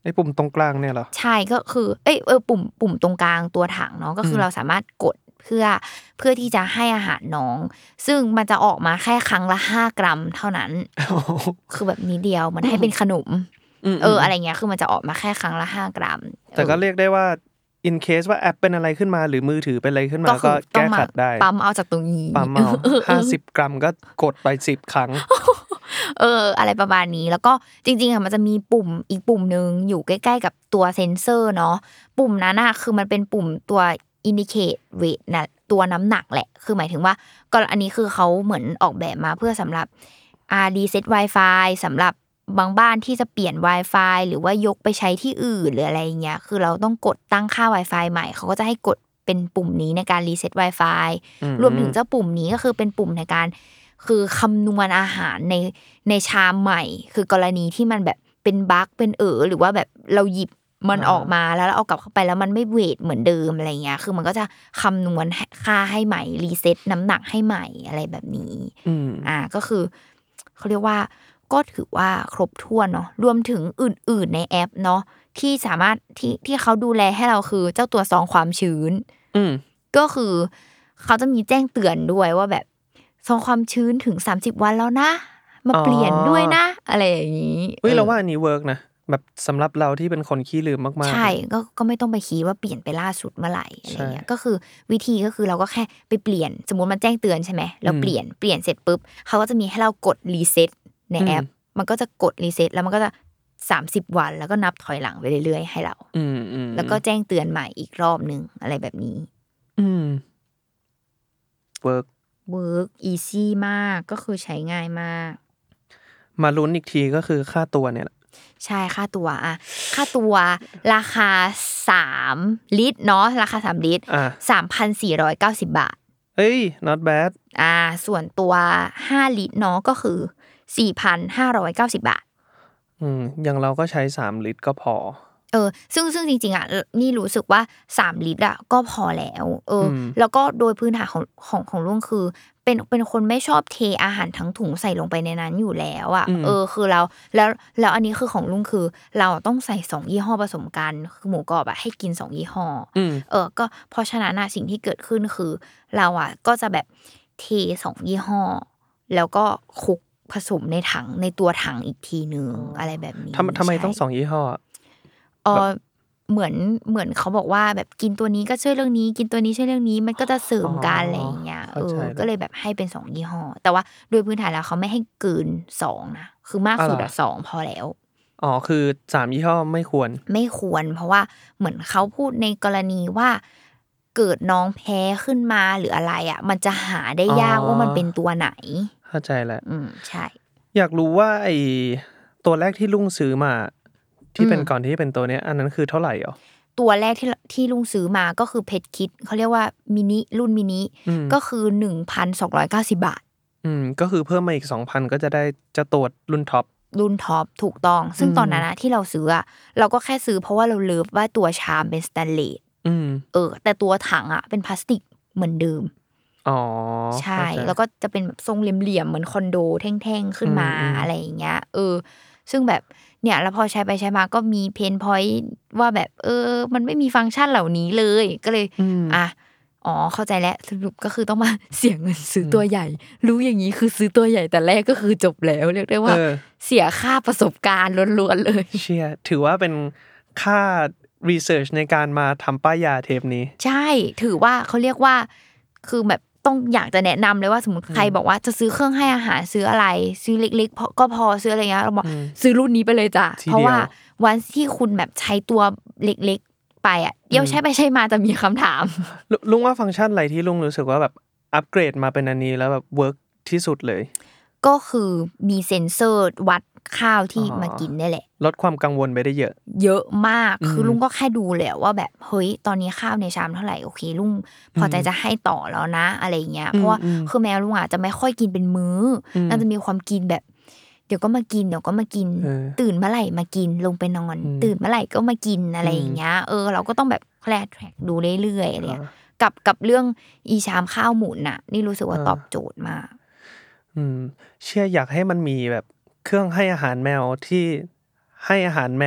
ไอ้ปุ่มตรงกลางเนี่ยเหรอใช่ก็คือเอ้ยเออปุ่มปุ่มตรงกลางตัวถังเนาะก็คือเราสามารถกดเพื่อเพื่อที่จะให้อาหารน้องซึ่งมันจะออกมาแค่ครั้งละห้ากรัมเท่านั้นคือแบบนี้เดียวมันให้เป็นขนมเอออะไรเงี้ยคือมันจะออกมาแค่ครั้งละห้ากรัมแต่ก็เรียกได้ว่า in case ว่าแอปเป็นอะไรขึ้นมาหรือมือถือเป็นอะไรขึ้นมาก็แก้ขัดได้ปั๊มเอาจากตรงนี้ปั๊มเอาห้าสิบกรัมก็กดไปสิบครั้งเอออะไรประมาณนี้แล้วก็จริงๆอ่ะมันจะมีปุ่มอีกปุ่มนึงอยู่ใกล้ๆกับตัวเซ็นเซอร์เนาะปุ่มนั้นน่ะคือมันเป็นปุ่มตัว indicate weight น่ะตัวน้ำหนักแหละคือหมายถึงว่าก็อันนี้คือเขาเหมือนออกแบบมาเพื่อสำหรับอ่า reset Wi-Fi สำหรับบางบ้านที่จะเปลี่ยน Wi-Fi หรือว่ายกไปใช้ที่อื่นหรืออะไรอย่างเงี้ยคือเราต้องกดตั้งค่า Wi-Fi ใหม่เขาก็จะให้กดเป็นปุ่มนี้ในการ reset Wi-Fi รวมถึงเจ้าปุ่มนี้ก็คือเป็นปุ่มในการคือคำนวณอาหารในในชามใหม่คือกรณีที่มันแบบเป็นบั๊กเป็นเอ๋อหรือว่าแบบเราหยิบมันออกมาแล้วเอากลับเข้าไปแล้วมันไม่เวทเหมือนเดิมอะไรเงี้ยคือมันก็จะคำนวณค่าให้ใหม่รีเซ็ตน้ำหนักให้ใหม่อะไรแบบนี้อ่าก็คือเขาเรียกว่าก็ถือว่าครบถ้วนเนาะรวมถึงอื่นๆในแอปเนาะที่สามารถที่ที่เขาดูแลให้เราคือเจ้าตัวซองความชื้นก็คือเขาจะมีแจ้งเตือนด้วยว่าแบบซองความชื้นถึงสามสิบวันแล้วนะมาเปลี่ยนด้วยนะอะไรอย่างนี้เฮ้ยเราว่าอันนี้เวิร์กนะแบบสำหรับเราที่เป็นคนขี้ลืมมากๆใช่ก็ก็ไม่ต้องไปคิดว่าเปลี่ยนไปล่าสุดเมื่อไหร่อะไรเงี้ยก็คือวิธีก็คือเราก็แค่ไปเปลี่ยนสมมุติมันแจ้งเตือนใช่ไหมเราเปลี่ยนเปลี่ยนเสร็จปุ๊บเขาก็จะมีให้เรากดรีเซ็ตในแอปมันก็จะกดรีเซ็ตแล้วมันก็จะสามสิบวันแล้วก็นับถอยหลังไปเรื่อยๆให้เราแล้วก็แจ้งเตือนใหม่อีกรอบนึงอะไรแบบนี้อืมเวิร์กเวิร์กอีซี่มากก็คือใช้ง่ายมากมาลุ้นอีกทีก็คือค่าตัวเนี่ยใช่ค่าตัวอะค่าตัวราคาสามลิตรเนาะราคาสามลิตร สามพันสี่ร้อยเก้าสิบ บาทเฮ้ย not bad อ่าส่วนตัวห้าลิตรเนาะก็คือ สี่พันห้าร้อยเก้าสิบ บาทอืมอย่างเราก็ใช้สามลิตรก็พอเออซึ่งซึ่งจริงๆอ่ะนี่รู้สึกว่าสามลิตรอ่ะก็พอแล้วเออแล้วก็โดยพื้นฐานของของของลุงคือเป็นเป็นคนไม่ชอบเทอาหารทั้งถุงใส่ลงไปในนั้นอยู่แล้วอ่ะเออคือเราแล้วแล้วอันนี้คือของลุงคือเราต้องใส่สองยี่ห้อผสมกันคือหมูกรอบอ่ะให้กินสองยี่ห้อเออก็เพราะฉะนั้นน่ะสิ่งที่เกิดขึ้นคือเราอ่ะก็จะแบบเทสองยี่ห้อแล้วก็คลุกผสมในถังในตัวถังอีกทีนึงอะไรแบบนี้ทำทำไมต้องสองยี่ห้อเออเหมือนเหมือนเขาบอกว่าแบบกินตัวนี้ก็ช่วยเรื่องนี้กินตัวนี้ช่วยเรื่องนี้มันก็จะเสริมกันอะไรอย่างเงี้ยเออก็เลยแบบให้เป็นสองยี่ห้อแต่ว่าโดยพื้นฐานแล้วเขาไม่ให้เกินสองนะคือมากสุดอ่ะสองพอแล้วอ๋อคือสามยี่ห้อไม่ควรไม่ควรเพราะว่าเหมือนเขาพูดในกรณีว่าเกิดน้องแพ้ขึ้นมาหรืออะไรอ่ะมันจะหาได้ยากว่ามันเป็นตัวไหนเข้าใจแล้วอืมใช่อยากรู้ว่าไอ้ตัวแรกที่ลุงซื้อมาที่เป็นก่อนที่เป็นตัวเนี้ยอันนั้นคือเท่าไหร่อ๋อตัวแรกที่ที่ลุงซื้อมาก็คือเพชรคิดเขาเรียกว่ามินิรุ่นมินิก็คือ หนึ่งพันสองร้อยเก้าสิบ บาทอืมก็คือเพิ่มมาอีก สองพัน ก็จะได้จะตัวรุ่นท็อปรุ่นท็อปถูกต้องซึ่งตอนนั้นนะที่เราซื้ออ่ะเราก็แค่ซื้อเพราะว่าเราเลิฟว่าตัวชามเป็นสแตนเลสอืมเออแต่ตัวถังอ่ะเป็นพลาสติกเหมือนเดิมอ๋อใช่แล้วก็จะเป็นแบบทรงเหลี่ยมๆเหมือนคอนโดแท่งๆขึ้นมาอะไรอย่างเงี้ยเออซึ่งแบบเนี่ยแล้วพอใช้ไปใช้มาก็มีเพนพอยต์ว่าแบบเออมันไม่มีฟังก์ชันเหล่านี้เลยก็เลยอ่ะอ๋อเข้าใจแล้วสรุปก็คือต้องมาเสียเงินซื้อตัวใหญ่รู้อย่างนี้คือซื้อตัวใหญ่แต่แรกก็คือจบแล้วเรียกได้ว่าเสียค่าประสบการณ์ล้วนๆเลยเชียถือว่าเป็นค่ารีเสิร์ชในการมาทำป้ายยาเทปนี้ใช่ถือว่าเขาเรียกว่าคือแบบต้องอยากจะแนะนำเลยว่าสมมติใครบอกว่าจะซื้อเครื่องให้อาหารซื้ออะไรซื้อเล็กๆก็พอซื้ออะไรเงี้ยเราบอกซื้อรุ่นนี้ไปเลยจ้ะเพราะว่าวันที่คุณแบบใช้ตัวเล็กๆไปอ่ะเดี๋ยวใช้ไปใช้มาจะมีคำถามลุงว่าฟังก์ชันอะไรที่ลุงรู้สึกว่าแบบอัปเกรดมาเป็นอันนี้แล้วแบบเวิร์กที่สุดเลยก็คือมีเซ็นเซอร์วัดข้าวที่มากินนี่แหละลดความกังวลไปได้เยอะเยอะมากคือลุงก็แค่ดูเลยว่าแบบเฮ้ยตอนนี้ข้าวในชามเท่าไหร่โอเคลุงพอใจจะให้ต่อแล้วนะอะไรเงี้ยเพราะว่าคือแมวลุงอ่ะจะไม่ค่อยกินเป็นมื้อน่าจะมีความกินแบบเดี๋ยวก็มากินเดี๋ยวก็มากินตื่นเมื่อไหร่มากินลงไปนอนตื่นเมื่อไหร่ก็มากินอะไรอย่างเงี้ยเออเราก็ต้องแบบแคลร์แทร็กดูเรื่อยๆอะไรกับกับเรื่องอีชามข้าวหมุนน่ะนี่รู้สึกว่าตอบโจทย์มากอืมเชื่ออยากให้มันมีแบบเครื่องให้อาหารแมวที่ให้อาหารแมว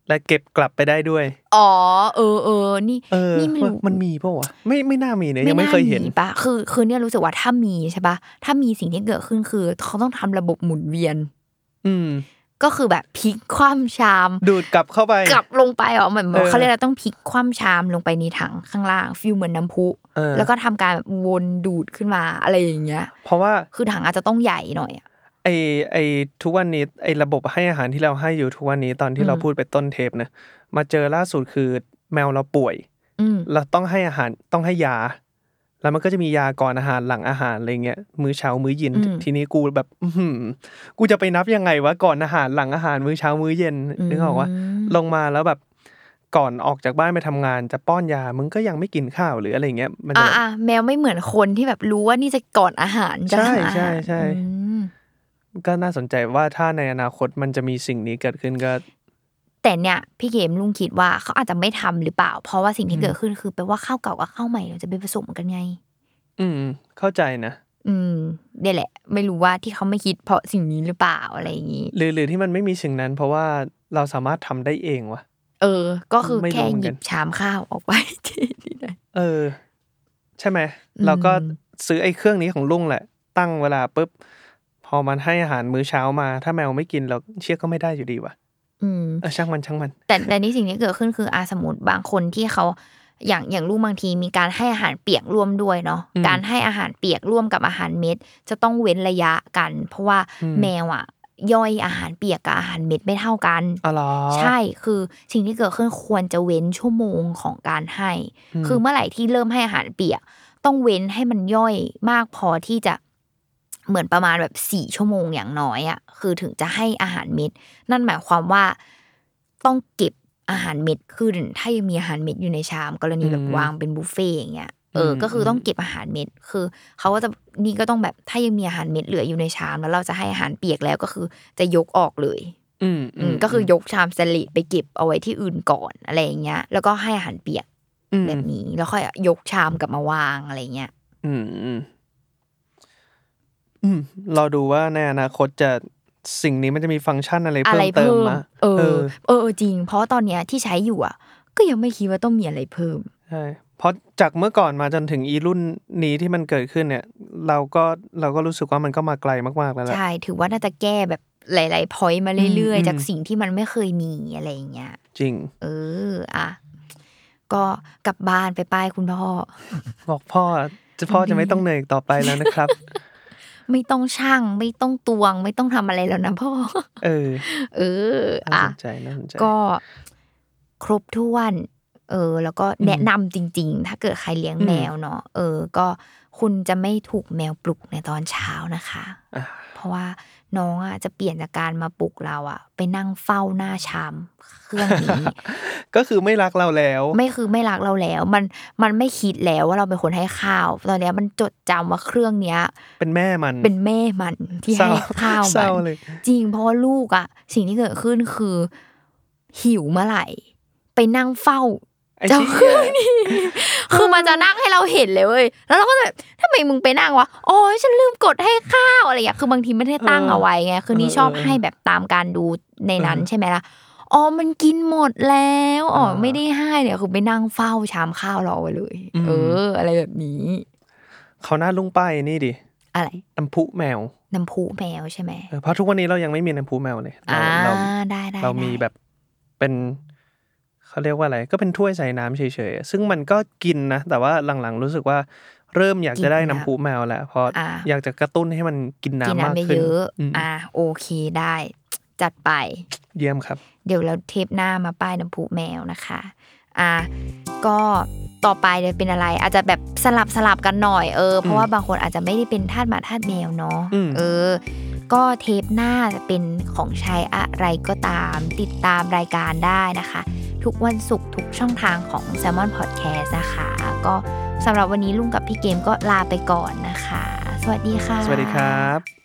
และเก็บกลับไปได้ด้วยอ๋อเออเออนี่นี่ไม่รู้มันมีป่ะวะไม่ไม่น่ามีเนี่ยยังไม่เคยเห็นปะคือคือเนี่ยรู้สึกว่าถ้ามีใช่ปะถ้ามีสิ่งที่เกิดขึ้นคือเขาต้องทำระบบหมุนเวียนอืมก็คือแบบพลิกคว่ำชามดูดกลับเข้าไปกลับลงไปอ๋อเหมือนเขาเรียกอะไรต้องพลิกคว่ำชามลงไปในถังข้างล่างฟีลเหมือนน้ำพุแล้วก็ทำการแบบวนดูดขึ้นมาอะไรอย่างเงี้ยเพราะว่าคือถังอาจจะต้องใหญ่หน่อยไอไอทุกวันนี้ไอระบบให้อาหารที่เราให้อยู่ทุกวันนี้ตอนที่เราพูดไปต้นเทปนะมาเจอล่าสุดคือแมวเราป่วยเราต้องให้อาหารต้องให้ยาแล้วมันก็จะมียาก่อนอาหารหลังอาหารอะไรเงี้ยมื้อเช้ามื้อเย็นทีนี้กูแบบกูจะไปนับยังไงวะก่อนอาหารหลังอาหารมื้อเช้ามื้อเย็นนึกออกว่าลงมาแล้วแบบก่อนออกจากบ้านไปทำงานจะป้อนยามึงก็ยังไม่กินข้าวหรืออะไรเงี้ยมันอ่าแมวไม่เหมือนคนที่แบบรู้ว่านี่จะก่อนอาหารใช่ใช่ใช่ก็น่าสนใจว่าถ้าในอนาคตมันจะมีสิ่งนี้เกิดขึ้นก็แต่เนี่ยพี่เกมลุงคิดว่าเขาอาจจะไม่ทำหรือเปล่าเพราะว่าสิ่งที่เกิดขึ้นคือแปลว่าข้าวเก่ากับข้าวใหม่เราจะไปผสมกันไงอืมเข้าใจนะอืมนี่แหละไม่รู้ว่าที่เขาไม่คิดเพราะสิ่งนี้หรือเปล่าอะไรอย่างนี้หรือหรือที่มันไม่มีสิ่งนั้นเพราะว่าเราสามารถทำได้เองวะเออก็คือแค่หยิบชามข้าวออกไปที่นี่ได้เออใช่ไหมเราก็ซื้อไอ้เครื่องนี้ของลุงแหละตั้งเวลาปุ๊บพอมันให้อาหารมื้อเช้ามาถ้าแมวไม่กินเราเชื่อก็ไม่ได้อยู่ดีวะอืมเออช่างมันช่างมันแต่แต่นี่สิ่งที่เกิดขึ้นคืออาสมมุติบางคนที่เขาอย่างอย่างลูกบางทีมีการให้อาหารเปียกร่วมด้วยเนาะการให้อาหารเปียกร่วมกับอาหารเม็ดจะต้องเว้นระยะกันเพราะว่าแมวอ่ะย่อยอาหารเปียกกับอาหารเม็ดไม่เท่ากันอ๋อเหรอใช่คือสิ่งที่เกิดขึ้นควรจะเว้นชั่วโมงของการให้คือเมื่อไหร่ที่เริ่มให้อาหารเปียกต้องเว้นให้มันย่อยมากพอที่จะเหมือนประมาณแบบสี่ชั่วโมงอย่างน้อยอ่ะคือถึงจะให้อาหารเม็ดนั่นหมายความว่าต้องเก็บอาหารเม็ดขึ้นถ้ายังมีอาหารเม็ดอยู่ในชามกรณีแบบวางเป็นบุฟเฟ่อย่างเงี้ยเออก็คือต้องเก็บอาหารเม็ดคือเขาก็จะนี่ก็ต้องแบบถ้ายังมีอาหารเม็ดเหลืออยู่ในชามแล้วเราจะให้อาหารเปียกแล้วก็คือจะยกออกเลยอืมอืมก็คือยกชามสลิดไปเก็บเอาไว้ที่อื่นก่อนอะไรอย่างเงี้ยแล้วก็ให้อาหารเปียกแบบนี้แล้วค่อยยกชามกลับมาวางอะไรเงี้ยอืมอืมอืมเราดูว่าในอนาคตจะสิ่งนี้มันจะมีฟังก์ชันอะไรเพิ่มเติมมาเออเออจริงเพราะตอนเนี้ยที่ใช้อยู่อ่ะก็ยังไม่คิดว่าต้องมีอะไรเพิ่มใช่เพราะจากเมื่อก่อนมาจนถึงอีรุ่นนี้ที่มันเกิดขึ้นเนี่ยเราก็เราก็รู้สึกว่ามันก็มาไกลมากๆแล้วแหละใช่ถือว่าน่าจะแก้แบบหลายๆพอยต์มาเรื่อยๆจากสิ่งที่มันไม่เคยมีอะไรอย่างเงี้ยจริงเอออ่ะก็กลับบ้านไปป้ายคุณพ่อบอกพ่อจะพ่อจะไม่ต้องเหนื่อยต่อไปแล้วนะครับไม่ต้องช่างไม่ต้องตวงไม่ต้องทำอะไรแล้วนะพ่อเออเอออ่ะก็ครบถ้วนเออแล้วก็แนะนำจริงๆถ้าเกิดใครเลี้ยงแมวเนาะเออก็คุณจะไม่ถูกแมวปลุกในตอนเช้านะคะเพราะว่าน้องอ่ะจะเปลี่ยนจากการมาปลุกเราอ่ะไปนั่งเฝ้าหน้าชามเครื่องนี้ก็คือไม่รักเราแล้วไม่คือไม่รักเราแล้วมันมันไม่คิดแล้วว่าเราเป็นคนให้ข้าวตอนนี้มันจดจำว่าเครื่องเนี้ยเป็นแม่มันเป็นแม่มันที่ให้ข้าวมันจริงเพราะว่าลูกอ่ะสิ่งที่เกิดขึ้นคือหิวเมื่อไหร่ไปนั่งเฝ้าเจ้าเครื่องนี้คือมันจะนั่งให้เราเห็นเลยเว้ยแล้วเราก็แบบทำไมมึงไปนั่งวะโอ้ยฉันลืมกดให้ข้าวอะไรอย่างเงี้ยคือบางทีไม่ได้ตั้งเอาไว้ไงคือนี่ชอบให้แบบตามการดูในนั้นใช่ไหมล่ะอ๋อมันกินหมดแล้วอ๋อไม่ได้ให้เนี่ยคือไปนั่งเฝ้าชามข้าวเราไว้เลยเอออะไรแบบนี้เขาหน้าลุงป้ายนี่ดิอะไรน้ำพุแมวน้ำพุแมวใช่ไหมเพราะทุกวันนี้เรายังไม่มีน้ำพุแมวเลยเราเราได้ได้เรามีแบบเป็นเขาเรียกว่าอะไรก็เป็นถ้วยใส่น้ำเฉยๆซึ่งมันก็กินนะแต่ว่าหลังๆรู้สึกว่าเริ่มอยากจะได้น้ำพุแมวแล้วเพราะอยากจะกระตุ้นให้มันกินน้ำมากขึ้นอ่าโอเคได้จัดไปเยี่ยมครับเดี๋ยวเราเทปหน้ามาป้ายน้ำพุแมวนะคะอ่าก็ต่อไปจะเป็นอะไรอาจจะแบบสลับสลับกันหน่อยเออเพราะว่าบางคนอาจจะไม่ได้เป็นทาสหมาทาสแมวเนาะเออก็เทปหน้าจะเป็นของใช้อะไรก็ตามติดตามรายการได้นะคะทุกวันศุกร์ทุกช่องทางของ Salmon Podcast นะคะก็สำหรับวันนี้ลุงกับพี่เกมก็ลาไปก่อนนะคะสวัสดีค่ะสวัสดีครับ